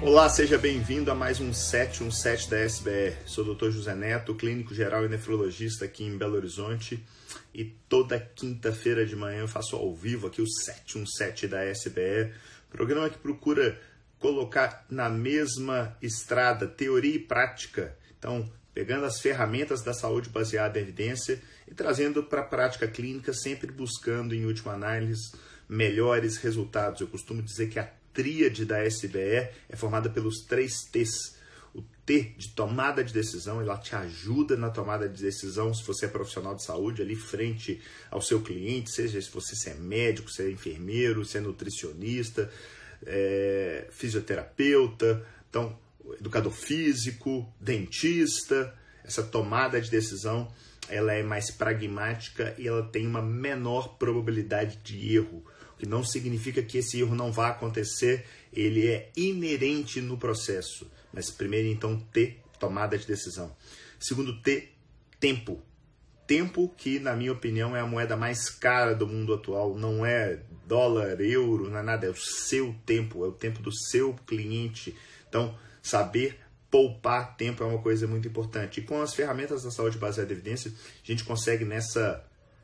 Olá, seja bem-vindo a mais um 717 da SBR. Sou o Dr. José Neto, clínico geral e nefrologista aqui em Belo Horizonte. E toda quinta-feira de manhã eu faço ao vivo aqui o 717 da SBR, programa que procura colocar na mesma estrada teoria e prática. Então, pegando as ferramentas da saúde baseada em evidência e trazendo para a prática clínica, sempre buscando, em última análise, melhores resultados. Eu costumo dizer que a tríade da SBR é formada pelos 3 T's. O T de tomada de decisão, ela te ajuda na tomada de decisão se você é profissional de saúde, ali frente ao seu cliente, seja se você é médico, se é enfermeiro, se é nutricionista, fisioterapeuta, então, educador físico, dentista. Essa tomada de decisão ela é mais pragmática e ela tem uma menor probabilidade de erro. Que não significa que esse erro não vá acontecer, ele é inerente no processo. Mas primeiro, então, T, tomada de decisão. Segundo T, tempo. Tempo que, na minha opinião, é a moeda mais cara do mundo atual. Não é dólar, euro, não é nada, é o seu tempo, é o tempo do seu cliente. Então, saber poupar tempo é uma coisa muito importante. E com as ferramentas da saúde baseada em evidência, a gente consegue nesse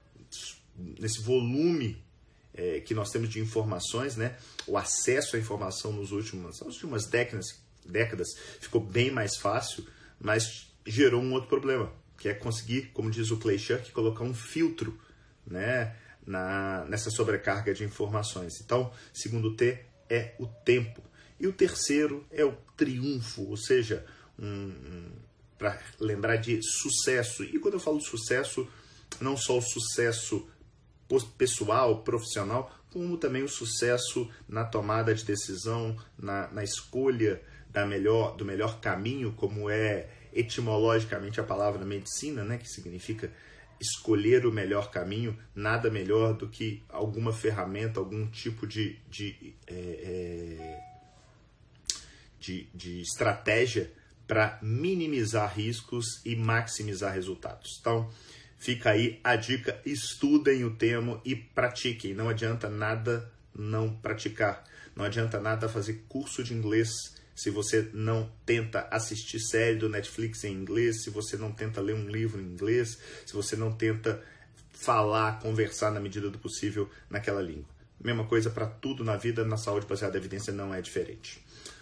volume que nós temos de informações, né? O acesso à informação nas últimas décadas ficou bem mais fácil, mas gerou um outro problema, que é conseguir, como diz o Clay Shirk, colocar um filtro, né, nessa sobrecarga de informações. Então, segundo T é o tempo. E o terceiro é o triunfo, ou seja, para lembrar de sucesso. E quando eu falo sucesso, não só o sucesso pessoal, profissional, como também o sucesso na tomada de decisão, na escolha do melhor caminho, como é etimologicamente a palavra medicina, né, que significa escolher o melhor caminho. Nada melhor do que alguma ferramenta, algum tipo de estratégia para minimizar riscos e maximizar resultados. Então, fica aí a dica, estudem o tema e pratiquem. Não adianta nada não praticar. Não adianta nada fazer curso de inglês se você não tenta assistir série do Netflix em inglês, se você não tenta ler um livro em inglês, se você não tenta falar, conversar na medida do possível naquela língua. Mesma coisa para tudo na vida, na saúde baseada em evidência não é diferente.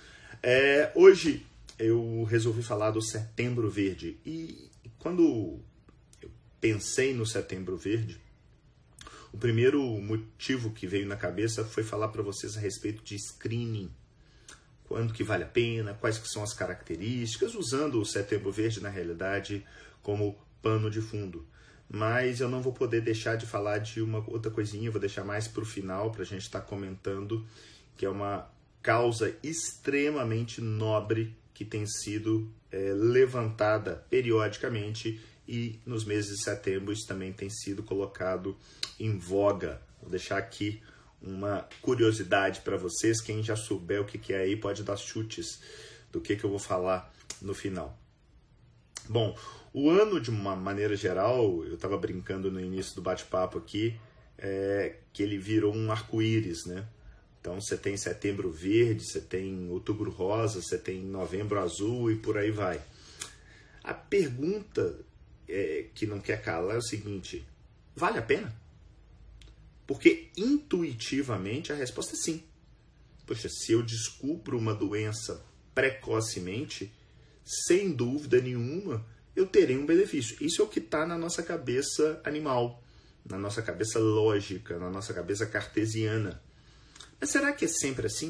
Hoje eu resolvi falar do Setembro Verde. E quando pensei no Setembro Verde, o primeiro motivo que veio na cabeça foi falar para vocês a respeito de screening. Quando que vale a pena, quais que são as características, usando o Setembro Verde, na realidade, como pano de fundo. Mas eu não vou poder deixar de falar de uma outra coisinha, vou deixar mais para o final, para a gente estar comentando, que é uma causa extremamente nobre que tem sido levantada periodicamente e nos meses de setembro isso também tem sido colocado em voga. Vou deixar aqui uma curiosidade para vocês. Quem já souber o que é aí pode dar chutes do que eu vou falar no final. Bom, o ano, de uma maneira geral, eu estava brincando no início do bate-papo aqui, que ele virou um arco-íris, né? Então você tem Setembro Verde, você tem Outubro Rosa, você tem Novembro Azul e por aí vai. A pergunta que não quer calar é o seguinte: vale a pena? Porque intuitivamente a resposta é sim. Poxa, se eu descubro uma doença precocemente, sem dúvida nenhuma, eu terei um benefício. Isso é o que está na nossa cabeça animal, na nossa cabeça lógica, na nossa cabeça cartesiana. Mas será que é sempre assim?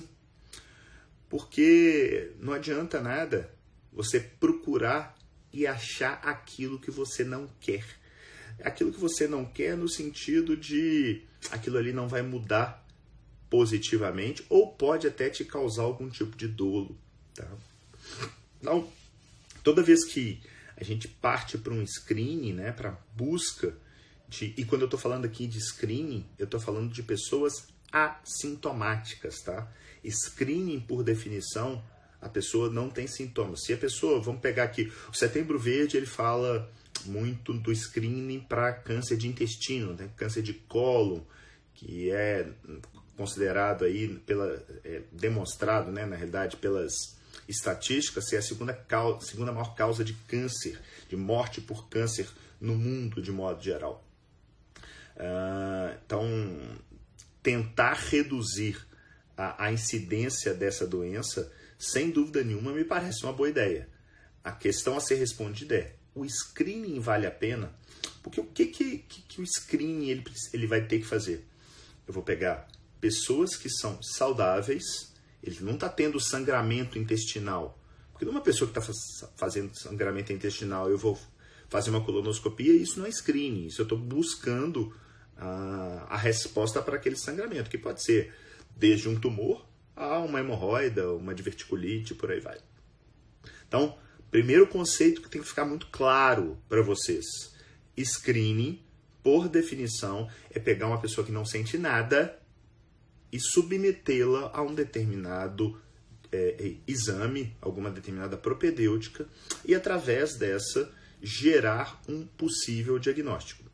Porque não adianta nada você procurar e achar aquilo que você não quer. Aquilo que você não quer no sentido de aquilo ali não vai mudar positivamente ou pode até te causar algum tipo de dolo. Tá? Então, toda vez que a gente parte para um screening, né, para busca e quando eu estou falando aqui de screening, eu estou falando de pessoas assintomáticas, tá? Screening, por definição, a pessoa não tem sintomas. Se a pessoa, vamos pegar aqui, o Setembro Verde, ele fala muito do screening para câncer de intestino, né? Câncer de cólon, que é considerado aí demonstrado, né, na realidade, pelas estatística ser a segunda maior causa de câncer, de morte por câncer no mundo, de modo geral. Então, tentar reduzir a incidência dessa doença, sem dúvida nenhuma, me parece uma boa ideia. A questão a ser respondida é: o screening vale a pena? Porque o que o screening ele vai ter que fazer? Eu vou pegar pessoas que são saudáveis, ele não está tendo sangramento intestinal. Porque numa pessoa que está fazendo sangramento intestinal, eu vou fazer uma colonoscopia, isso não é screening, isso eu estou buscando a resposta para aquele sangramento, que pode ser desde um tumor a uma hemorroida, uma diverticulite, por aí vai. Então, primeiro conceito que tem que ficar muito claro para vocês: screening, por definição, é pegar uma pessoa que não sente nada e submetê-la a um determinado exame, alguma determinada propedêutica, e através dessa gerar um possível diagnóstico.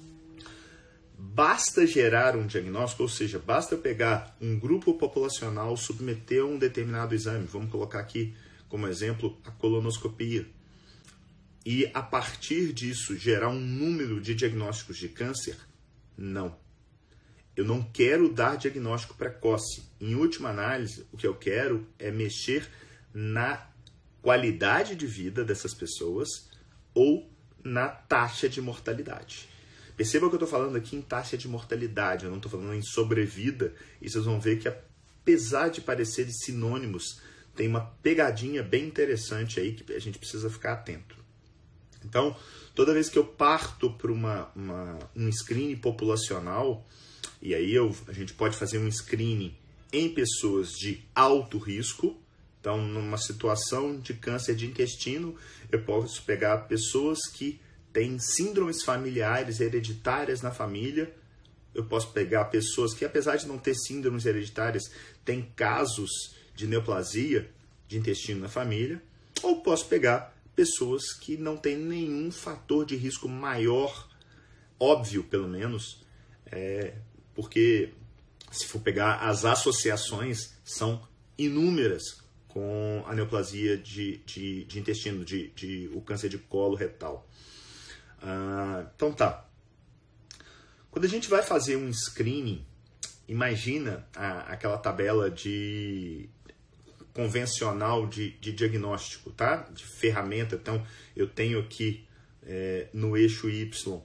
Basta gerar um diagnóstico, ou seja, basta pegar um grupo populacional, submeter a um determinado exame, vamos colocar aqui como exemplo a colonoscopia, e a partir disso gerar um número de diagnósticos de câncer? Não. Eu não quero dar diagnóstico precoce. Em última análise, o que eu quero é mexer na qualidade de vida dessas pessoas ou na taxa de mortalidade. Perceba que eu estou falando aqui em taxa de mortalidade, eu não estou falando em sobrevida, e vocês vão ver que, apesar de parecerem sinônimos, tem uma pegadinha bem interessante aí que a gente precisa ficar atento. Então, toda vez que eu parto para um screening populacional, e aí a gente pode fazer um screening em pessoas de alto risco. Então, numa situação de câncer de intestino, eu posso pegar pessoas que têm síndromes familiares hereditárias na família. Eu posso pegar pessoas que, apesar de não ter síndromes hereditárias, têm casos de neoplasia de intestino na família. Ou posso pegar pessoas que não têm nenhum fator de risco maior, óbvio pelo menos, porque se for pegar as associações, são inúmeras com a neoplasia de intestino, o câncer de colo retal. Então tá. Quando a gente vai fazer um screening, imagina aquela tabela convencional de diagnóstico, tá? De ferramenta. Então, eu tenho aqui no eixo Y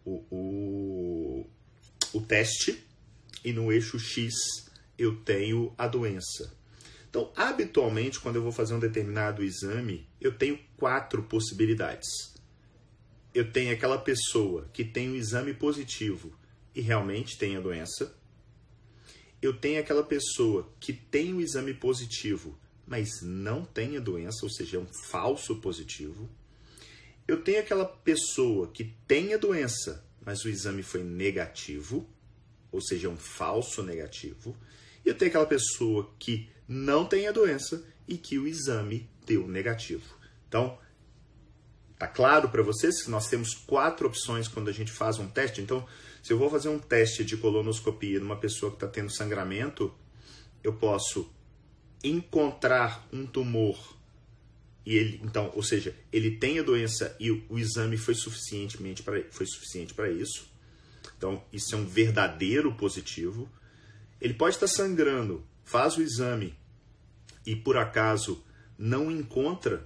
o teste, e no eixo X eu tenho a doença. Então, habitualmente, quando eu vou fazer um determinado exame, eu tenho 4 possibilidades. Eu tenho aquela pessoa que tem um exame positivo e realmente tem a doença. Eu tenho aquela pessoa que tem o exame positivo, mas não tem a doença, ou seja, é um falso positivo. Eu tenho aquela pessoa que tem a doença, mas o exame foi negativo, ou seja, é um falso negativo. E eu tenho aquela pessoa que não tem a doença e que o exame deu negativo. Então, tá claro para vocês que nós temos 4 opções quando a gente faz um teste? Então, se eu vou fazer um teste de colonoscopia numa pessoa que está tendo sangramento, eu posso encontrar um tumor e ele, então, ou seja, ele tem a doença e o exame foi suficiente para isso. Então, isso é um verdadeiro positivo. Ele pode estar sangrando, faz o exame e, por acaso, não encontra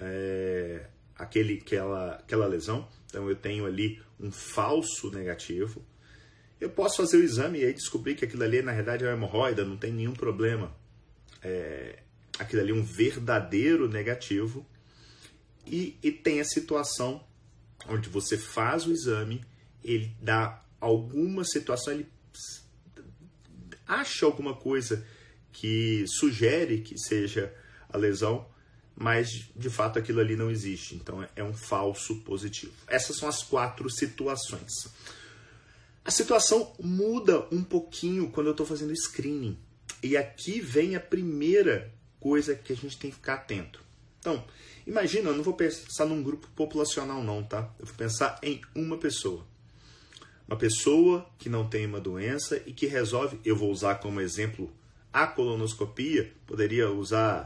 aquela lesão. Então, eu tenho ali um falso negativo. Eu posso fazer o exame e aí descobrir que aquilo ali, na realidade, é uma hemorroida, não tem nenhum problema. Aquilo ali é um verdadeiro negativo. E tem a situação onde você faz o exame, ele dá alguma situação, ele acha alguma coisa que sugere que seja a lesão, mas de fato aquilo ali não existe. Então é um falso positivo. Essas são as 4 situações. A situação muda um pouquinho quando eu estou fazendo screening. E aqui vem a primeira coisa que a gente tem que ficar atento. Então, imagina, eu não vou pensar num grupo populacional não, tá? Eu vou pensar em uma pessoa. Uma pessoa que não tem uma doença e que resolve, eu vou usar como exemplo a colonoscopia, poderia usar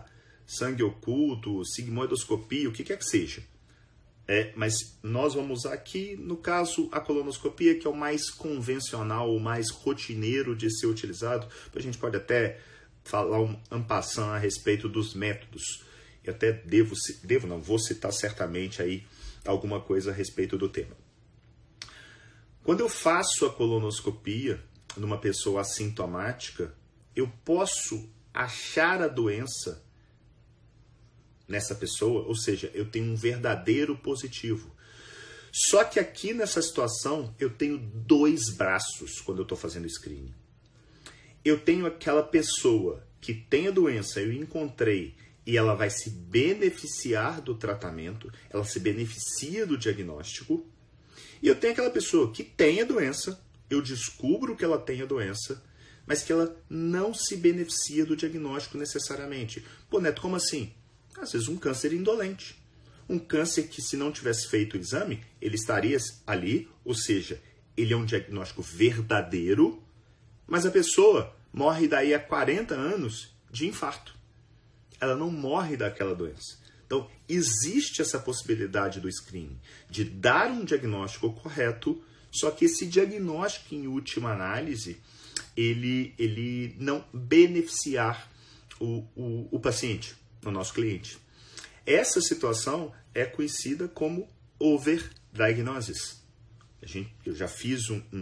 sangue oculto, sigmoidoscopia, o que quer que seja. Mas nós vamos usar aqui, no caso, a colonoscopia, que é o mais convencional, o mais rotineiro de ser utilizado. A gente pode até falar en passant a respeito dos métodos. Eu até vou citar certamente aí alguma coisa a respeito do tema. Quando eu faço a colonoscopia numa pessoa assintomática, eu posso achar a doença nessa pessoa, ou seja, eu tenho um verdadeiro positivo. Só que aqui nessa situação, eu tenho dois braços quando eu estou fazendo screening. Eu tenho aquela pessoa que tem a doença, eu encontrei, e ela vai se beneficiar do tratamento, ela se beneficia do diagnóstico. E eu tenho aquela pessoa que tem a doença, eu descubro que ela tem a doença, mas que ela não se beneficia do diagnóstico necessariamente. Pô, Neto, como assim? Às vezes um câncer indolente. Um câncer que, se não tivesse feito o exame, ele estaria ali, ou seja, ele é um diagnóstico verdadeiro, mas a pessoa morre daí a 40 anos de infarto. Ela não morre daquela doença. Então, existe essa possibilidade do screening, de dar um diagnóstico correto, só que esse diagnóstico, em última análise, ele não beneficiar o paciente, o nosso cliente. Essa situação é conhecida como overdiagnosis. Eu já fiz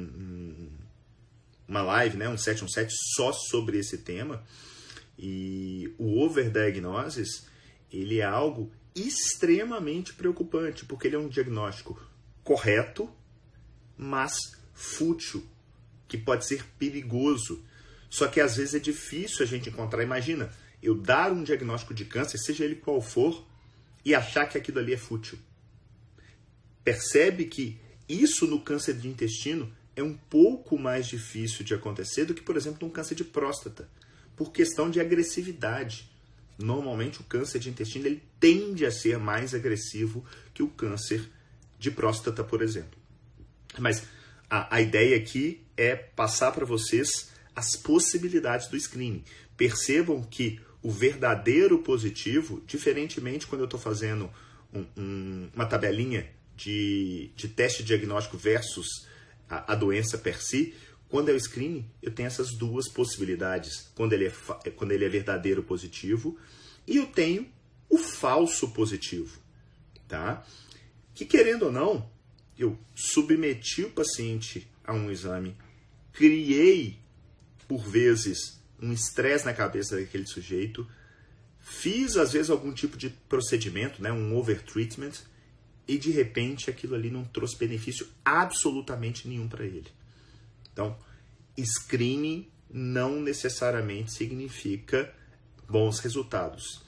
uma live, né, um 717 só sobre esse tema, e o overdiagnosis, ele é algo extremamente preocupante, porque ele é um diagnóstico correto, mas fútil, que pode ser perigoso. Só que às vezes é difícil a gente encontrar. Imagina, eu dar um diagnóstico de câncer, seja ele qual for, e achar que aquilo ali é fútil. Percebe que isso no câncer de intestino é um pouco mais difícil de acontecer do que, por exemplo, um câncer de próstata, por questão de agressividade. Normalmente o câncer de intestino ele tende a ser mais agressivo que o câncer de próstata, por exemplo. Mas a ideia aqui é passar para vocês as possibilidades do screening. Percebam que o verdadeiro positivo, diferentemente quando eu estou fazendo uma tabelinha de teste diagnóstico versus a doença per si, quando é o screening, eu tenho essas duas possibilidades. Quando ele é verdadeiro positivo, e eu tenho o falso positivo. Tá? Que, querendo ou não, eu submeti o paciente a um exame, criei, por vezes, um estresse na cabeça daquele sujeito, fiz, às vezes, algum tipo de procedimento, né, um overtreatment, e, de repente, aquilo ali não trouxe benefício absolutamente nenhum para ele. Então, screening não necessariamente significa bons resultados.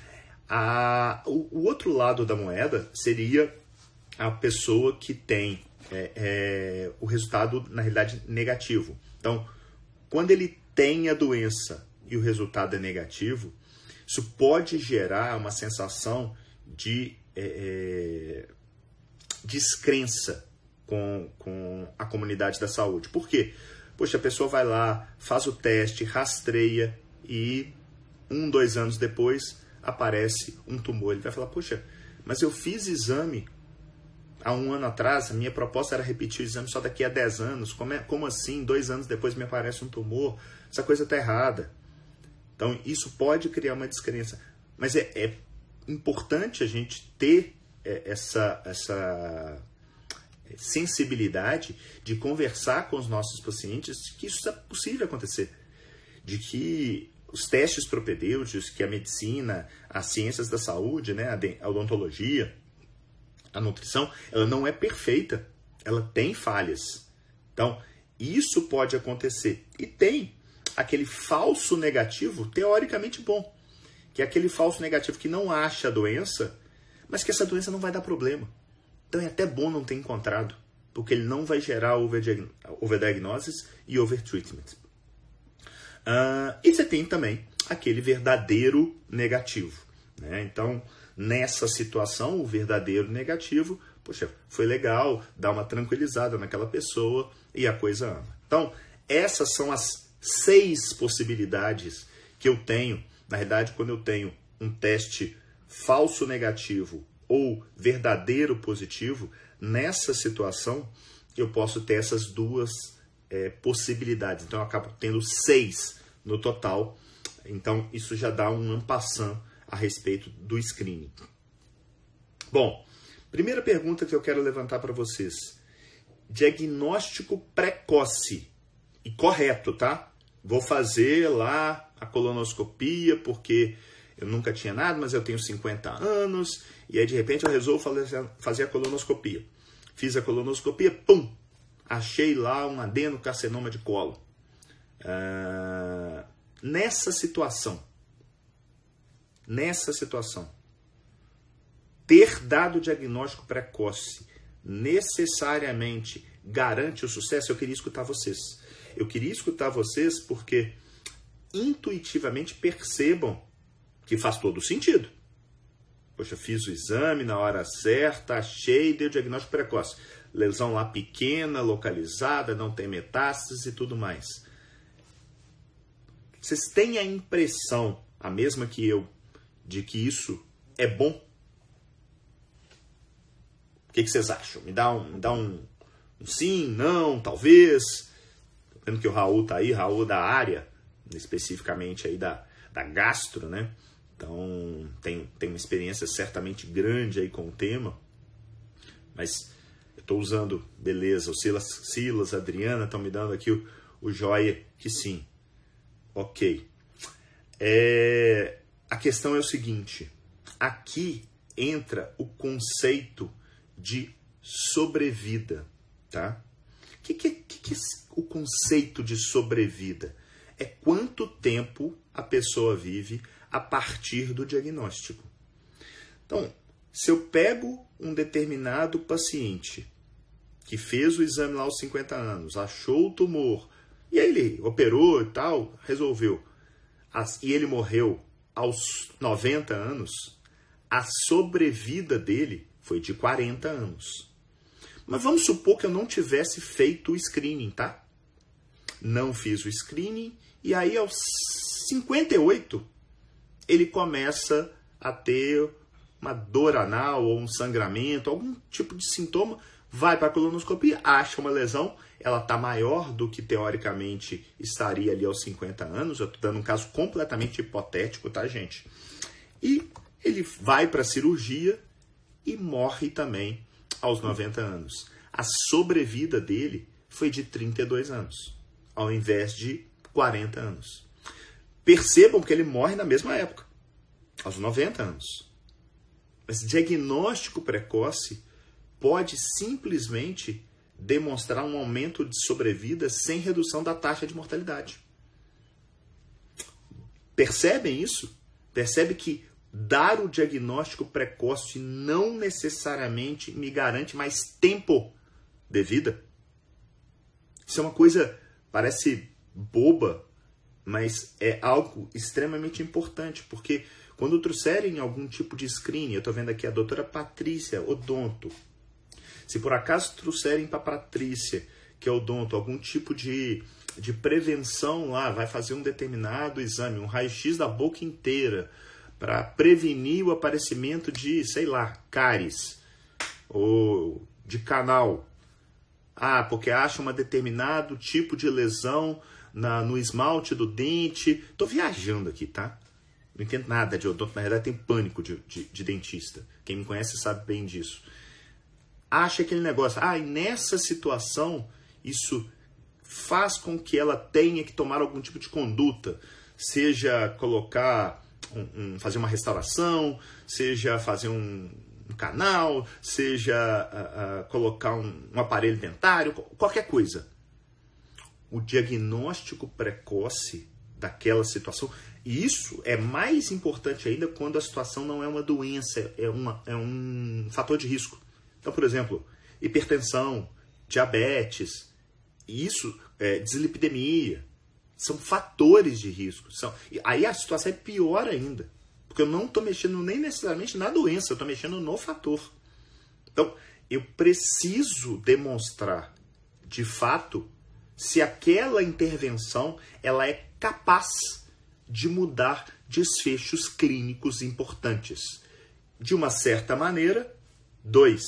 O outro lado da moeda seria a pessoa que tem o resultado, na realidade, negativo. Então, quando ele tem a doença e o resultado é negativo, isso pode gerar uma sensação de descrença com a comunidade da saúde. Por quê? Poxa, a pessoa vai lá, faz o teste, rastreia e 2 anos depois aparece um tumor. Ele vai falar, poxa, mas eu fiz exame há 1 ano atrás, a minha proposta era repetir o exame só daqui a 10 anos. Como assim? 2 anos depois me aparece um tumor? Essa coisa está errada. Então, isso pode criar uma descrença. Mas é importante a gente ter essa sensibilidade de conversar com os nossos pacientes que isso é possível acontecer. De que os testes propedêuticos, que a medicina, as ciências da saúde, né, a odontologia, a nutrição, ela não é perfeita. Ela tem falhas. Então, isso pode acontecer. E tem aquele falso negativo teoricamente bom. Que é aquele falso negativo que não acha a doença, mas que essa doença não vai dar problema. Então é até bom não ter encontrado, porque ele não vai gerar overdiagnosis e overtreatment. E você tem também aquele verdadeiro negativo. Né? Então, nessa situação, o verdadeiro negativo, poxa, foi legal, dá uma tranquilizada naquela pessoa e a coisa anda. Então, essas são as 6 possibilidades que eu tenho. Na realidade, quando eu tenho um teste falso negativo ou verdadeiro positivo, nessa situação eu posso ter essas duas possibilidades. Então eu acabo tendo 6 no total. Então isso já dá um en passant a respeito do screening. Bom, primeira pergunta que eu quero levantar para vocês. Diagnóstico precoce e correto, tá? Vou fazer lá a colonoscopia porque eu nunca tinha nada, mas eu tenho 50 anos e aí de repente eu resolvo fazer a colonoscopia. Fiz a colonoscopia, pum! Achei lá um adenocarcinoma de colo. Nessa situação, ter dado o diagnóstico precoce necessariamente garante o sucesso? Eu queria escutar vocês. Eu queria escutar vocês porque intuitivamente percebam que faz todo sentido. Poxa, fiz o exame na hora certa, achei, dei o diagnóstico precoce. Lesão lá pequena, localizada, não tem metástase e tudo mais. Vocês têm a impressão, a mesma que eu, de que isso é bom? O que vocês acham? Me dá um sim, não, talvez. Tô vendo que o Raul tá aí, Raul da área, especificamente aí da gastro, né? Então tem uma experiência certamente grande aí com o tema. Mas eu tô usando, beleza, o Silas, a Adriana estão me dando aqui o joia que sim. Ok. A questão é o seguinte. Aqui entra o conceito de sobrevida, tá? O que é o conceito de sobrevida? É quanto tempo a pessoa vive a partir do diagnóstico. Então, se eu pego um determinado paciente que fez o exame lá aos 50 anos, achou o tumor, e aí ele operou e tal, resolveu, e ele morreu aos 90 anos, a sobrevida dele foi de 40 anos. Mas vamos supor que eu não tivesse feito o screening, tá? Não fiz o screening e aí aos 58 ele começa a ter uma dor anal ou um sangramento, algum tipo de sintoma, vai para a colonoscopia, acha uma lesão, ela está maior do que teoricamente estaria ali aos 50 anos, eu estou dando um caso completamente hipotético, tá, gente? E ele vai para a cirurgia e morre também aos 90 anos. A sobrevida dele foi de 32 anos, ao invés de 40 anos. Percebam que ele morre na mesma época, aos 90 anos. Mas diagnóstico precoce pode simplesmente demonstrar um aumento de sobrevida sem redução da taxa de mortalidade. Percebem isso? Percebe que dar o diagnóstico precoce não necessariamente me garante mais tempo de vida? Isso é uma coisa, parece boba, mas é algo extremamente importante, porque quando trouxerem algum tipo de screening, eu estou vendo aqui a doutora Patrícia, odonto, se por acaso trouxerem para a Patrícia, que é odonto, algum tipo de prevenção lá, vai fazer um determinado exame, um raio-x da boca inteira, para prevenir o aparecimento de, sei lá, cáries ou de canal. Ah, porque acha um determinado tipo de lesão no esmalte do dente. Estou viajando aqui, tá? Não entendo nada de odonto, na verdade tem pânico de dentista. Quem me conhece sabe bem disso. Acha aquele negócio, e nessa situação, isso faz com que ela tenha que tomar algum tipo de conduta, seja colocar, fazer uma restauração, seja fazer um canal, seja colocar um aparelho dentário, qualquer coisa. O diagnóstico precoce daquela situação, e isso é mais importante ainda quando a situação não é uma doença, é um fator de risco. Então, por exemplo, hipertensão, diabetes, dislipidemia, são fatores de risco. Aí a situação é pior ainda, porque eu não estou mexendo nem necessariamente na doença, eu estou mexendo no fator. Então, eu preciso demonstrar, de fato, se aquela intervenção ela é capaz de mudar desfechos clínicos importantes. De uma certa maneira, 2,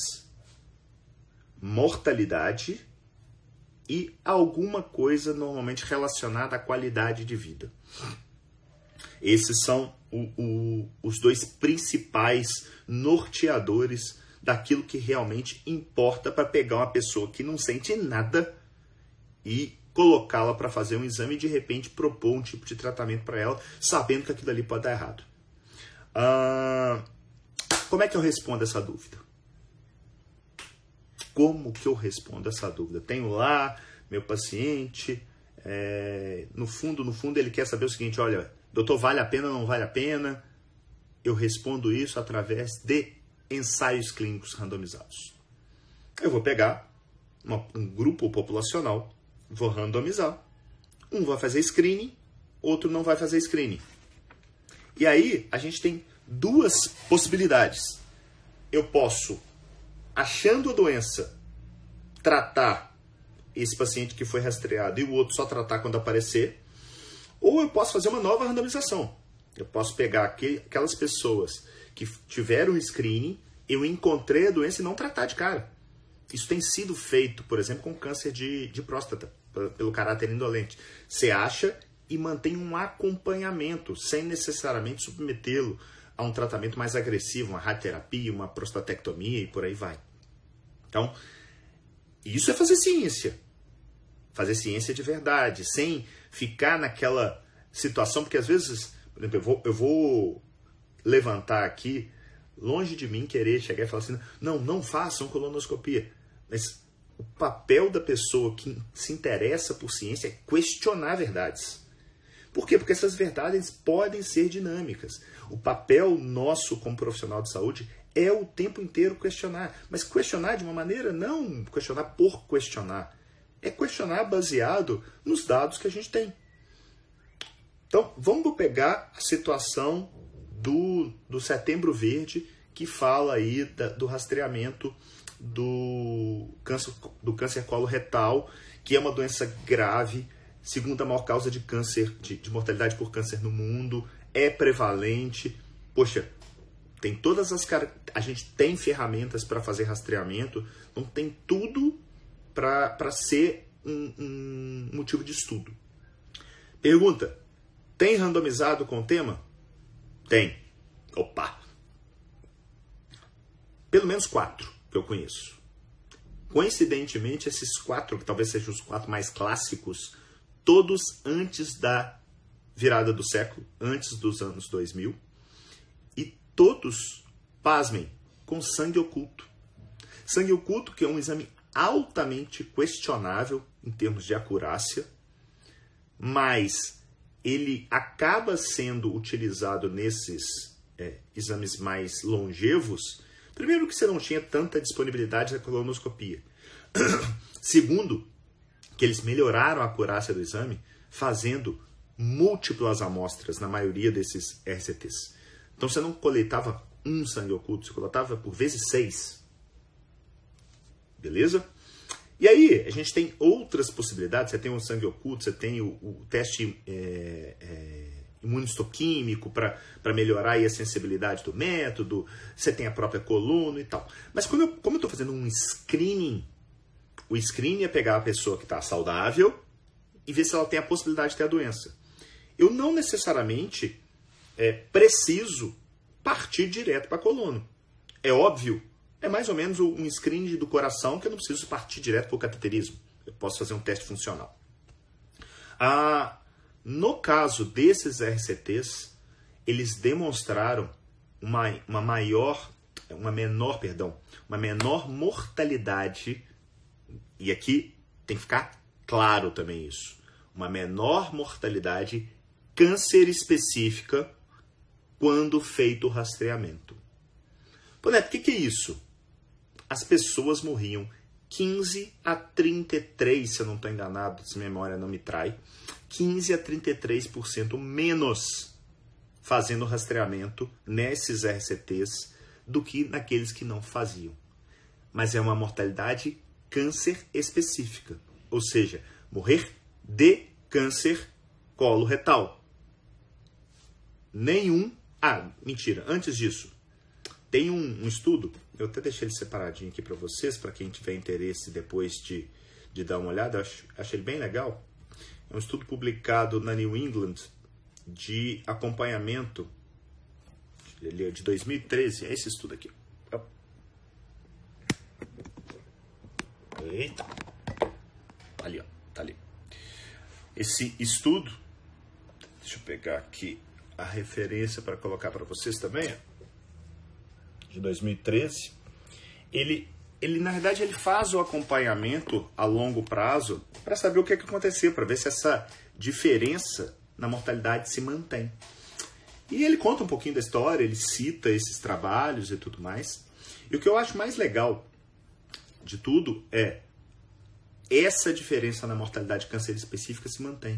mortalidade e alguma coisa normalmente relacionada à qualidade de vida. Esses são os dois principais norteadores daquilo que realmente importa para pegar uma pessoa que não sente nada e colocá-la para fazer um exame e de repente propor um tipo de tratamento para ela, sabendo que aquilo ali pode dar errado. Como é que eu respondo essa dúvida? Como que eu respondo essa dúvida? Tenho lá meu paciente, no fundo ele quer saber o seguinte: olha, doutor, vale a pena ou não vale a pena? Eu respondo isso através de ensaios clínicos randomizados. Eu vou pegar um grupo populacional, vou randomizar. Um vai fazer screening, outro não vai fazer screening. E aí a gente tem duas possibilidades. Eu posso, achando a doença, tratar esse paciente que foi rastreado e o outro só tratar quando aparecer, ou eu posso fazer uma nova randomização. Eu posso pegar aquelas pessoas que tiveram screening, eu encontrei a doença e não tratar de cara. Isso tem sido feito, por exemplo, com câncer de próstata, pelo caráter indolente. Você acha e mantém um acompanhamento, sem necessariamente submetê-lo a um tratamento mais agressivo, uma radioterapia, uma prostatectomia e por aí vai. Então, isso é fazer ciência. Fazer ciência de verdade, sem ficar naquela situação, porque às vezes, por exemplo, eu vou levantar aqui, longe de mim querer chegar e falar assim, não façam colonoscopia. Mas o papel da pessoa que se interessa por ciência é questionar verdades. Por quê? Porque essas verdades podem ser dinâmicas. O papel nosso como profissional de saúde é o tempo inteiro questionar. Mas questionar de uma maneira, não questionar por questionar. É questionar baseado nos dados que a gente tem. Então, vamos pegar a situação do Setembro Verde, que fala aí do rastreamento do câncer coloretal, que é uma doença grave, segunda maior causa de câncer, de mortalidade por câncer no mundo, é prevalente. Poxa, tem todas a gente tem ferramentas para fazer rastreamento, então tem tudo para ser um motivo de estudo. Pergunta: tem randomizado com o tema? Tem. Opa! Pelo menos 4 que eu conheço. Coincidentemente, esses 4, que talvez sejam os 4 mais clássicos, todos antes da virada do século, antes dos anos 2000, e todos, pasmem, com sangue oculto. Sangue oculto, que é um exame altamente questionável em termos de acurácia, mas ele acaba sendo utilizado nesses exames mais longevos. Primeiro, que você não tinha tanta disponibilidade da colonoscopia. Segundo, que eles melhoraram a acurácia do exame fazendo múltiplas amostras na maioria desses RCTs. Então você não coletava um sangue oculto, você coletava por vezes 6. Beleza? E aí, a gente tem outras possibilidades. Você tem o sangue oculto, você tem o teste imunistoquímico para melhorar aí a sensibilidade do método, você tem a própria coluna e tal. Mas como eu estou fazendo um screening, o screening é pegar a pessoa que está saudável e ver se ela tem a possibilidade de ter a doença. Eu não necessariamente preciso partir direto para a coluna. É óbvio. É mais ou menos um screening do coração que eu não preciso partir direto para o cateterismo. Eu posso fazer um teste funcional. No caso desses RCTs, eles demonstraram uma menor mortalidade, e aqui tem que ficar claro também isso, uma menor mortalidade câncer específica quando feito o rastreamento. Pô, Neto, o que é isso? As pessoas morriam 15 a 33, se eu não estou enganado, se a memória não me trai, 15 a 33% menos fazendo rastreamento nesses RCTs do que naqueles que não faziam. Mas é uma mortalidade câncer específica, ou seja, morrer de câncer coloretal. mentira, antes disso, tem um estudo, eu até deixei ele separadinho aqui para vocês, para quem tiver interesse depois de dar uma olhada, eu achei ele bem legal. É um estudo publicado na New England de acompanhamento, ele é de 2013, é esse estudo aqui. Eita! Ali, ó, tá ali. Esse estudo, deixa eu pegar aqui a referência para colocar para vocês também, ó, de 2013. Ele na verdade ele faz o acompanhamento a longo prazo para saber o que aconteceu, para ver se essa diferença na mortalidade se mantém. E ele conta um pouquinho da história, ele cita esses trabalhos e tudo mais. E o que eu acho mais legal de tudo é essa diferença na mortalidade de câncer específica se mantém.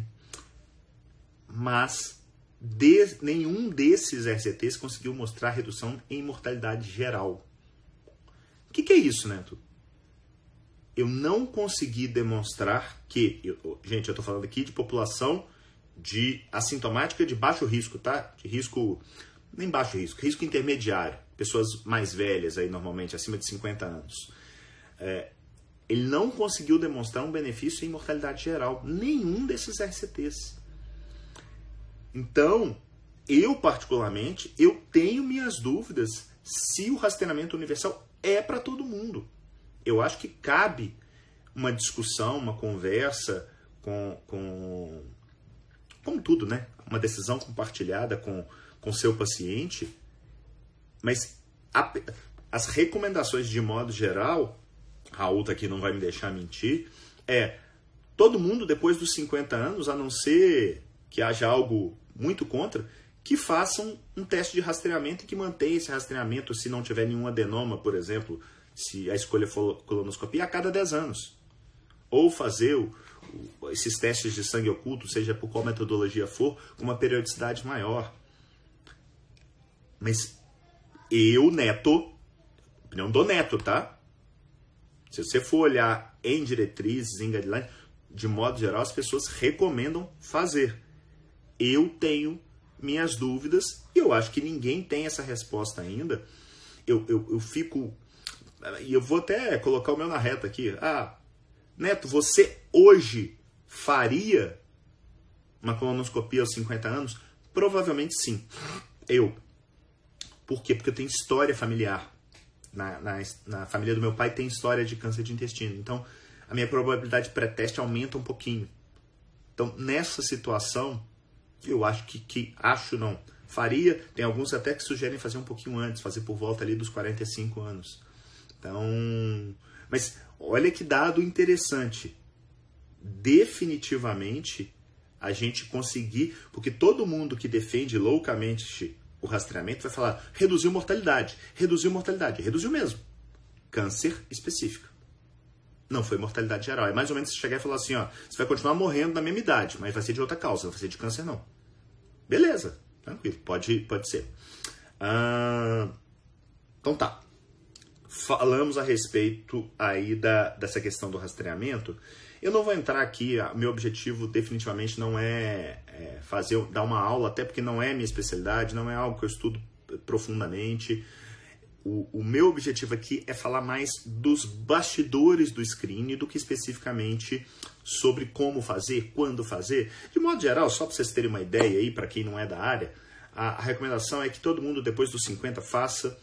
Mas nenhum desses RCTs conseguiu mostrar redução em mortalidade geral. O que é isso, Neto? Eu não consegui demonstrar que... gente, eu estou falando aqui de população de assintomática de baixo risco, tá? De risco... nem baixo risco, risco intermediário. Pessoas mais velhas, aí normalmente, acima de 50 anos. Ele não conseguiu demonstrar um benefício em mortalidade geral. Nenhum desses RCTs. Então, eu particularmente, eu tenho minhas dúvidas se o rastreamento universal é para todo mundo. Eu acho que cabe uma discussão, uma conversa como tudo, né? Uma decisão compartilhada com seu paciente, mas as recomendações de modo geral, Raul tá aqui, não vai me deixar mentir, todo mundo depois dos 50 anos, a não ser que haja algo muito contra, que façam um teste de rastreamento e que mantenha esse rastreamento se não tiver nenhum adenoma, por exemplo, se a escolha for colonoscopia, a cada 10 anos. Ou fazer esses testes de sangue oculto, seja por qual metodologia for, com uma periodicidade maior. Mas eu, Neto, opinião do Neto, tá? Se você for olhar em diretrizes, em guidelines, de modo geral, as pessoas recomendam fazer. Eu tenho minhas dúvidas e eu acho que ninguém tem essa resposta ainda. Eu fico... E eu vou até colocar o meu na reta aqui. Neto, você hoje faria uma colonoscopia aos 50 anos? Provavelmente sim. Por quê? Porque eu tenho história familiar. Na família do meu pai tem história de câncer de intestino. Então, a minha probabilidade de pré-teste aumenta um pouquinho. Então, nessa situação, eu acho faria. Tem alguns até que sugerem fazer um pouquinho antes, fazer por volta ali dos 45 anos. Então, mas olha que dado interessante. Definitivamente, a gente conseguir, porque todo mundo que defende loucamente o rastreamento vai falar, reduziu mortalidade, reduziu mesmo. Câncer específico. Não foi mortalidade geral. É mais ou menos se chegar e falar assim, você vai continuar morrendo na mesma idade, mas vai ser de outra causa, não vai ser de câncer não. Beleza, tranquilo, pode ser. Então tá. Falamos a respeito aí dessa questão do rastreamento. Eu não vou entrar aqui, meu objetivo definitivamente não é dar uma aula, até porque não é minha especialidade, não é algo que eu estudo profundamente. O meu objetivo aqui é falar mais dos bastidores do screening do que especificamente sobre como fazer, quando fazer. De modo geral, só para vocês terem uma ideia aí, para quem não é da área, a recomendação é que todo mundo depois dos 50 faça,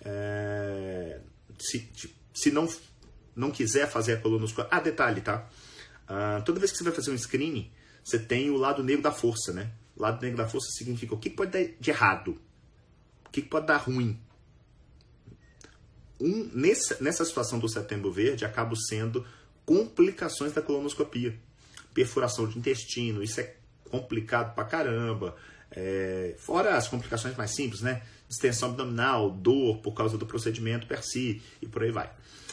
se não quiser fazer a colonoscopia. Detalhe, tá? Toda vez que você vai fazer um screening, você tem o lado negro da força, né? O lado negro da força significa o que pode dar de errado, o que pode dar ruim. Nessa situação do Setembro Verde, acabam sendo complicações da colonoscopia. Perfuração de intestino, isso é complicado pra caramba. Fora as complicações mais simples, né? Distensão abdominal, dor por causa do procedimento per si, e por aí vai.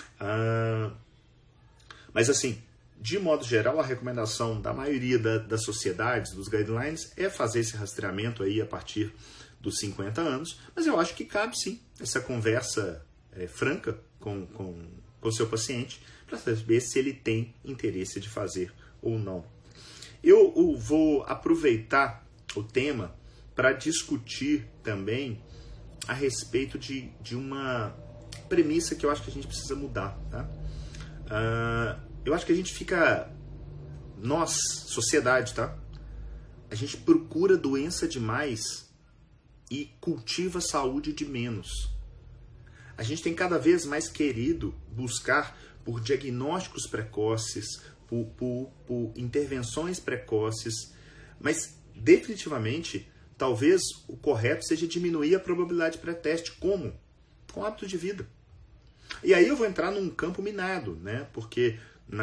Mas assim, de modo geral, a recomendação da maioria das sociedades, dos guidelines, é fazer esse rastreamento aí a partir dos 50 anos. Mas eu acho que cabe sim essa conversa franca com o seu paciente para saber se ele tem interesse de fazer ou não. Eu vou aproveitar o tema para discutir também a respeito de uma premissa que eu acho que a gente precisa mudar. Tá? Eu acho que a gente fica... Nós, sociedade, tá? A gente procura doença demais e cultiva saúde de menos. A gente tem cada vez mais querido buscar por diagnósticos precoces, por intervenções precoces, mas definitivamente, talvez o correto seja diminuir a probabilidade pré-teste. Como? Com hábito de vida. E aí eu vou entrar num campo minado, né? Porque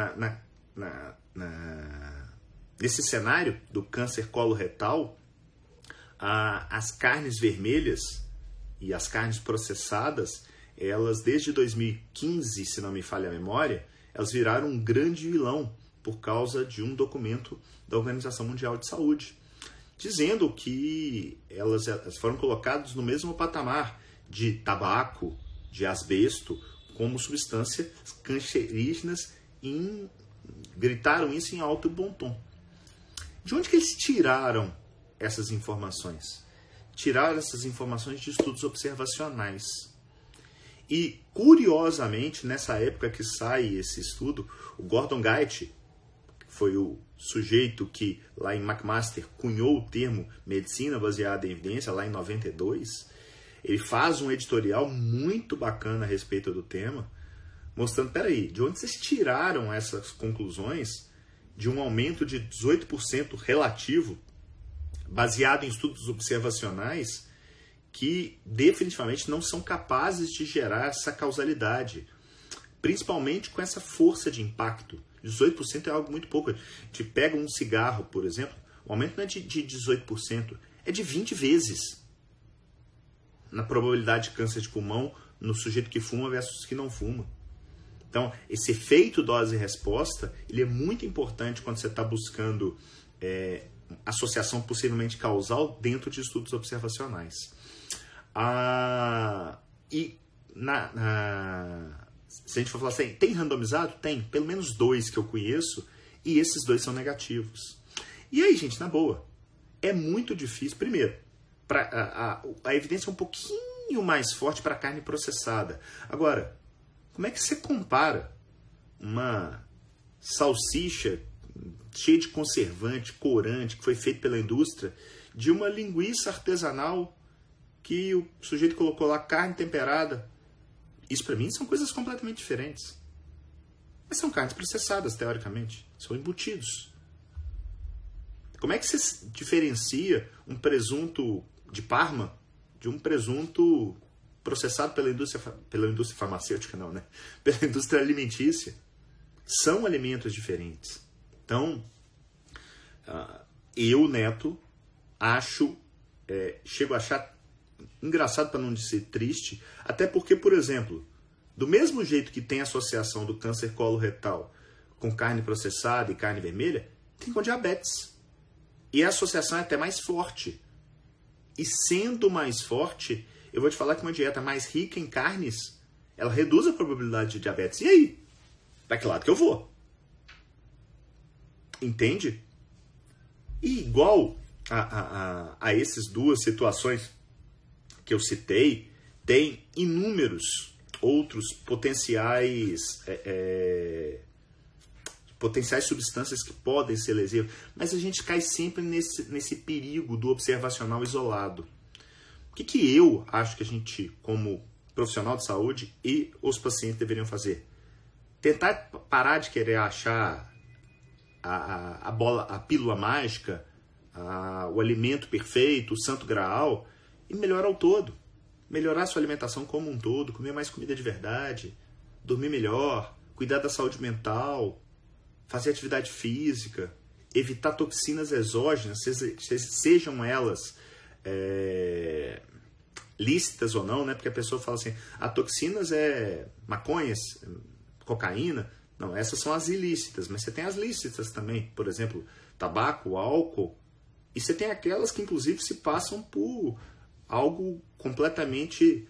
nesse cenário do câncer coloretal, as carnes vermelhas e as carnes processadas, elas desde 2015, se não me falha a memória, elas viraram um grande vilão por causa de um documento da Organização Mundial de Saúde, dizendo que elas foram colocadas no mesmo patamar de tabaco, de asbesto, como substâncias cancerígenas, gritaram isso em alto e bom tom. De onde que eles tiraram essas informações? Tiraram essas informações de estudos observacionais. E, curiosamente, nessa época que sai esse estudo, o Gordon Guide, que foi o sujeito que, lá em McMaster, cunhou o termo medicina baseada em evidência, lá em 92, ele faz um editorial muito bacana a respeito do tema, mostrando, peraí, de onde vocês tiraram essas conclusões de um aumento de 18% relativo, baseado em estudos observacionais, que definitivamente não são capazes de gerar essa causalidade, principalmente com essa força de impacto. 18% é algo muito pouco. A gente pega um cigarro, por exemplo, o aumento não é de 18%, é de 20 vezes na probabilidade de câncer de pulmão no sujeito que fuma versus que não fuma. Então, esse efeito dose-resposta, ele é muito importante quando você está buscando associação possivelmente causal dentro de estudos observacionais. Se a gente for falar assim, tem randomizado? Tem, pelo menos 2 que eu conheço, e esses 2 são negativos. E aí, gente, na boa, é muito difícil. Primeiro, a evidência é um pouquinho mais forte para carne processada. Agora, como é que você compara uma salsicha cheia de conservante, corante, que foi feita pela indústria, de uma linguiça artesanal que o sujeito colocou lá carne temperada? Isso, para mim, são coisas completamente diferentes. Mas são carnes processadas, teoricamente. São embutidos. Como é que você diferencia um presunto de Parma de um presunto processado pela indústria farmacêutica, não, né? Pela indústria alimentícia? São alimentos diferentes. Então, eu, Neto, chego a achar engraçado, para não dizer triste, até porque, por exemplo, do mesmo jeito que tem associação do câncer coloretal com carne processada e carne vermelha, tem com diabetes. E a associação é até mais forte. E sendo mais forte, eu vou te falar que uma dieta mais rica em carnes, ela reduz a probabilidade de diabetes. E aí? Para que lado que eu vou? Entende? E igual a essas 2 situações que eu citei, tem inúmeros outros potenciais substâncias que podem ser lesivas, mas a gente cai sempre nesse perigo do observacional isolado. O que eu acho que a gente, como profissional de saúde e os pacientes, deveriam fazer? Tentar parar de querer achar a pílula mágica, o alimento perfeito, o santo graal, e melhorar o todo. Melhorar a sua alimentação como um todo, comer mais comida de verdade, dormir melhor, cuidar da saúde mental, fazer atividade física, evitar toxinas exógenas, sejam elas lícitas ou não, né? Porque a pessoa fala assim, toxinas é maconhas, cocaína. Não, essas são as ilícitas, mas você tem as lícitas também, por exemplo, tabaco, álcool, e você tem aquelas que inclusive se passam por algo completamente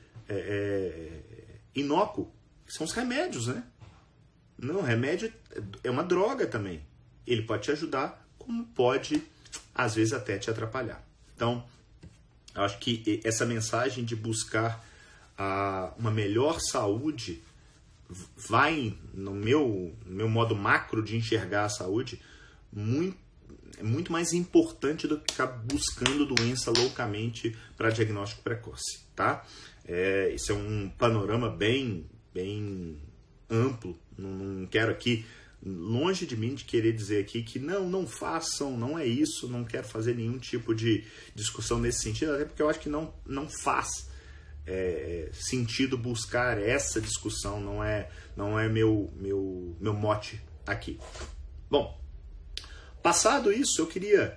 inócuo, que são os remédios, né? Não, remédio é uma droga também. Ele pode te ajudar, como pode, às vezes, até te atrapalhar. Então, Eu acho que essa mensagem de buscar uma melhor saúde vai, no meu modo macro de enxergar a saúde, é muito mais importante do que ficar buscando doença loucamente para diagnóstico precoce, tá? Isso é um panorama bem amplo. Não quero aqui, longe de mim de querer dizer aqui que não façam, não é isso, não quero fazer nenhum tipo de discussão nesse sentido, até porque eu acho que não faz sentido buscar essa discussão, não é meu mote aqui. Bom, passado isso, eu queria...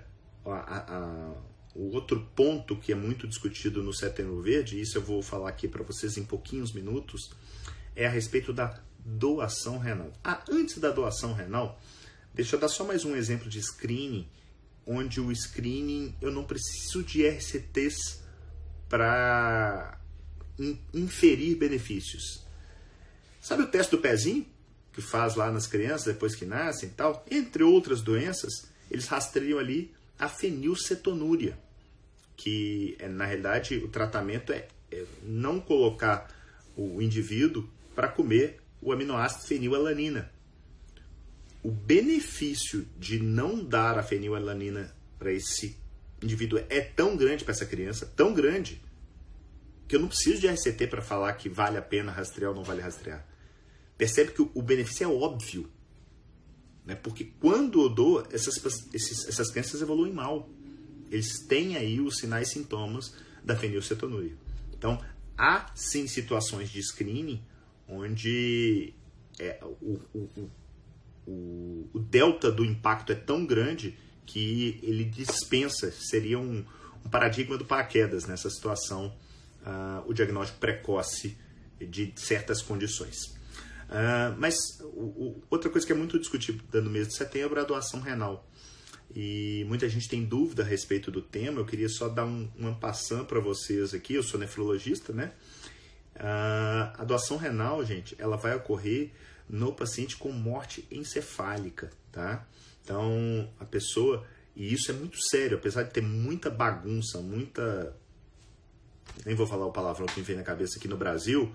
O outro ponto que é muito discutido no Setembro Verde, e isso eu vou falar aqui para vocês em pouquinhos minutos, é a respeito da doação renal. Antes da doação renal, deixa eu dar só mais um exemplo de screening, onde o screening eu não preciso de RCTs para inferir benefícios. Sabe o teste do pezinho que faz lá nas crianças depois que nascem e tal? Entre outras doenças, eles rastreiam ali a fenilcetonúria, que na realidade o tratamento é não colocar o indivíduo para comer o aminoácido fenilalanina. O benefício de não dar a fenilalanina para esse indivíduo é tão grande para essa criança, tão grande, que eu não preciso de RCT para falar que vale a pena rastrear ou não vale rastrear. Percebe que o benefício é óbvio, né? Porque quando eu dou, essas crianças evoluem mal. Eles têm aí os sinais e sintomas da fenilcetonúria. Então, há sim situações de screening onde o delta do impacto é tão grande que ele dispensa, seria um paradigma do paraquedas nessa situação, o diagnóstico precoce de certas condições. Mas outra coisa que é muito discutida no mês de setembro é a doação renal. E muita gente tem dúvida a respeito do tema. Eu queria só dar uma passão para vocês aqui. Eu sou nefrologista, né? A doação renal, gente, ela vai ocorrer no paciente com morte encefálica, tá? Então, a pessoa... E isso é muito sério, apesar de ter muita bagunça, nem vou falar o palavrão que me vem na cabeça aqui no Brasil,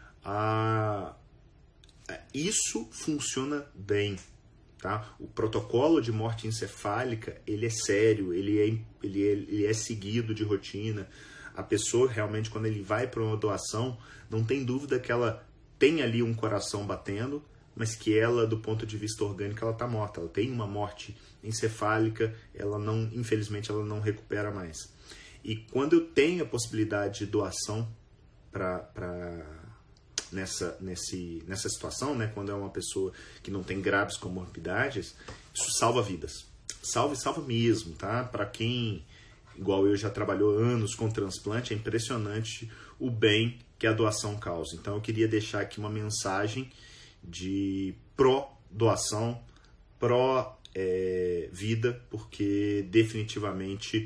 isso funciona bem, tá? O protocolo de morte encefálica, ele é sério, ele é seguido de rotina. A pessoa realmente, quando ele vai para uma doação, não tem dúvida que ela tem ali um coração batendo, mas que ela, do ponto de vista orgânico, ela está morta. Ela tem uma morte encefálica, infelizmente, ela não recupera mais. E quando eu tenho a possibilidade de doação nessa situação, né, quando é uma pessoa que não tem graves comorbidades, isso salva vidas. Salva mesmo, tá? Para quem, igual eu, já trabalhou anos com transplante, é impressionante o bem que a doação causa. Então eu queria deixar aqui uma mensagem de pró-doação, pró-vida, porque definitivamente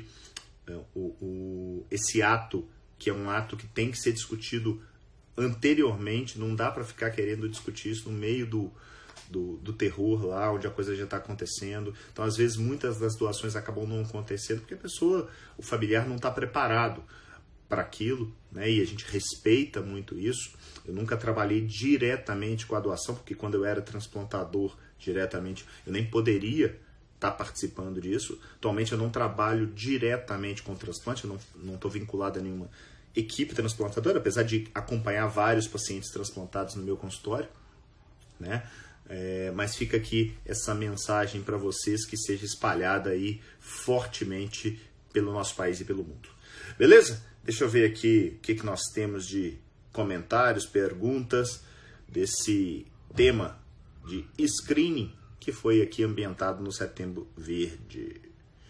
esse ato, que é um ato que tem que ser discutido anteriormente, não dá para ficar querendo discutir isso no meio do terror lá, onde a coisa já está acontecendo. Então, às vezes, muitas das doações acabam não acontecendo porque o familiar não está preparado para aquilo, né? E a gente respeita muito isso. Eu nunca trabalhei diretamente com a doação, porque quando eu era transplantador diretamente, eu nem poderia estar participando disso. Atualmente eu não trabalho diretamente com transplante, eu não estou vinculado a nenhuma equipe transplantadora, apesar de acompanhar vários pacientes transplantados no meu consultório, né? Mas fica aqui essa mensagem para vocês, que seja espalhada aí fortemente pelo nosso país e pelo mundo. Beleza? Deixa eu ver aqui o que nós temos de comentários, perguntas desse tema de screening que foi aqui ambientado no Setembro Verde.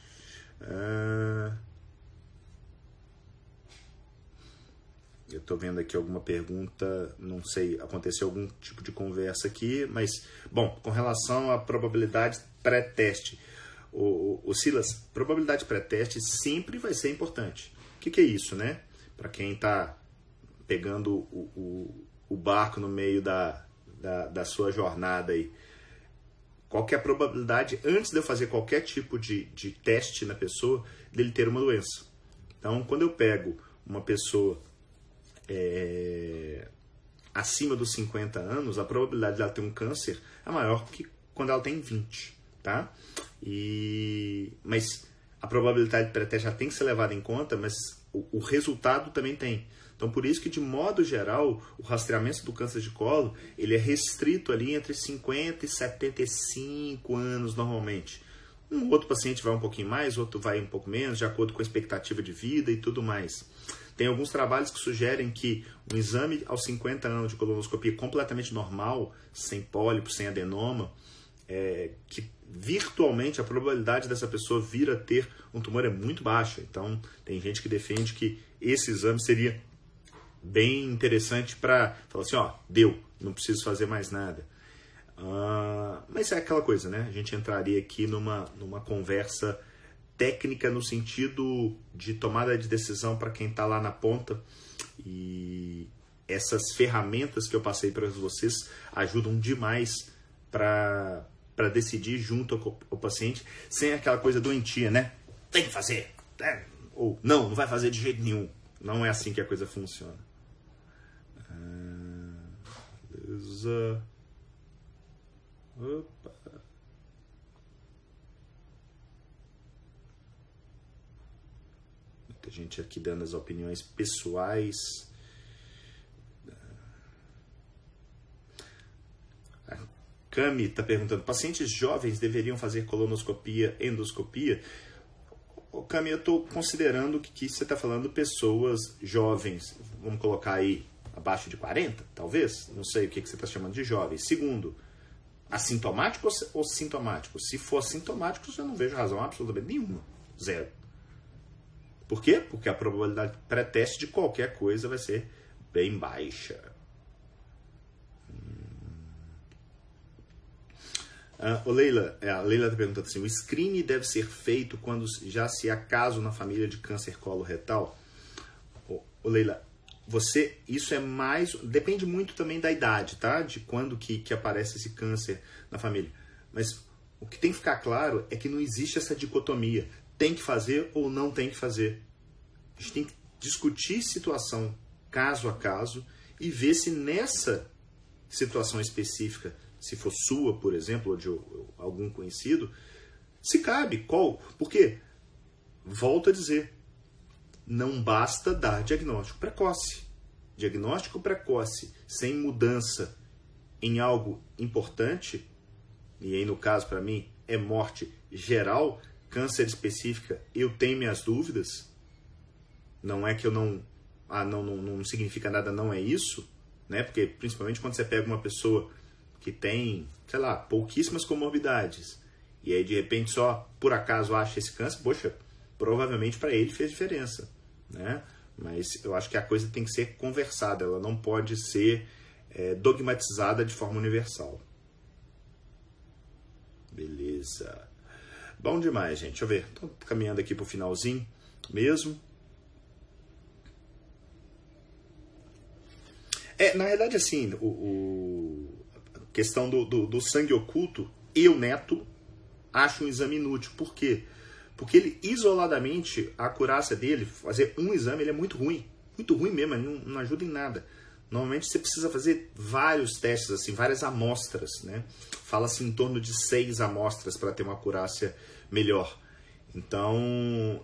Eu estou vendo aqui alguma pergunta, não sei, aconteceu algum tipo de conversa aqui, mas, bom, com relação à probabilidade pré-teste, o Silas, probabilidade pré-teste sempre vai ser importante. O que é isso, né? Para quem está pegando o barco no meio da sua jornada aí, qual que é a probabilidade, antes de eu fazer qualquer tipo de teste na pessoa, dele ter uma doença? Então, quando eu pego uma pessoa acima dos 50 anos, a probabilidade dela ter um câncer é maior que quando ela tem 20, tá? Mas a probabilidade pré-teste já tem que ser levada em conta, mas o resultado também tem. Então, por isso que, de modo geral, o rastreamento do câncer de colo, ele é restrito ali entre 50 e 75 anos, normalmente. Um outro paciente vai um pouquinho mais, outro vai um pouco menos, de acordo com a expectativa de vida e tudo mais. Tem alguns trabalhos que sugerem que um exame aos 50 anos de colonoscopia completamente normal, sem pólipo, sem adenoma, que virtualmente a probabilidade dessa pessoa vir a ter um tumor é muito baixa. Então, tem gente que defende que esse exame seria bem interessante para falar assim, ó, deu, não preciso fazer mais nada. Mas é aquela coisa, né? A gente entraria aqui numa conversa técnica no sentido de tomada de decisão para quem está lá na ponta, e essas ferramentas que eu passei para vocês ajudam demais para decidir junto ao paciente, sem aquela coisa doentia, né? Tem que fazer, né? Ou não vai fazer de jeito nenhum. Não é assim que a coisa funciona. Beleza. Opa. Muita gente aqui dando as opiniões pessoais. A Cami está perguntando, pacientes jovens deveriam fazer colonoscopia, endoscopia? Cami, eu estou considerando que você está falando pessoas jovens, vamos colocar aí abaixo de 40, talvez? Não sei o que você está chamando de jovens. Segundo, assintomático ou sintomático? Se for assintomático, eu não vejo razão absolutamente nenhuma. Zero. Por quê? Porque a probabilidade pré-teste de qualquer coisa vai ser bem baixa. A Leila está perguntando assim, o screening deve ser feito quando já se há caso na família de câncer coloretal? Leila, isso é mais... Depende muito também da idade, tá? De quando que aparece esse câncer na família. Mas o que tem que ficar claro é que não existe essa dicotomia. Tem que fazer ou não tem que fazer. A gente tem que discutir situação caso a caso e ver se nessa situação específica, se for sua, por exemplo, ou de algum conhecido, se cabe, qual? Porque, volto a dizer, não basta dar diagnóstico precoce. Diagnóstico precoce sem mudança em algo importante, e aí no caso para mim é morte geral, câncer específica, eu tenho minhas dúvidas. Não é que eu não significa nada, não é isso, né? Porque principalmente quando você pega uma pessoa que tem, sei lá, pouquíssimas comorbidades, e aí de repente só por acaso acha esse câncer, poxa, provavelmente para ele fez diferença, né? Mas eu acho que a coisa tem que ser conversada, ela não pode ser dogmatizada de forma universal. Beleza. Bom demais, gente. Deixa eu ver. Estou caminhando aqui para o finalzinho mesmo. Na realidade, assim, a questão do sangue oculto, eu, Neto, acho um exame inútil. Por quê? Porque ele, isoladamente, a acurácia dele, fazer um exame, ele é muito ruim mesmo, ele não ajuda em nada. Normalmente você precisa fazer vários testes, assim, várias amostras, né? Fala-se em torno de 6 amostras para ter uma acurácia melhor. Então,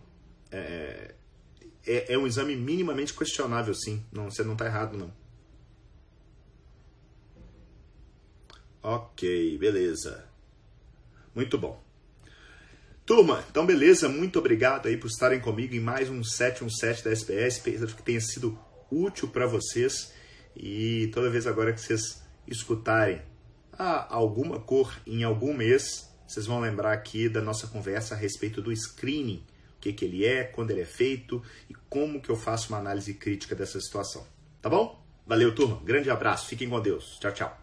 é um exame minimamente questionável, sim. Não, você não está errado, não. Ok, beleza. Muito bom. Turma, então beleza, muito obrigado aí por estarem comigo em mais um 717 da SPS, espero que tenha sido útil para vocês, e toda vez agora que vocês escutarem alguma cor em algum mês, vocês vão lembrar aqui da nossa conversa a respeito do screening, o que ele é, quando ele é feito e como que eu faço uma análise crítica dessa situação, tá bom? Valeu, turma, grande abraço, fiquem com Deus, tchau, tchau.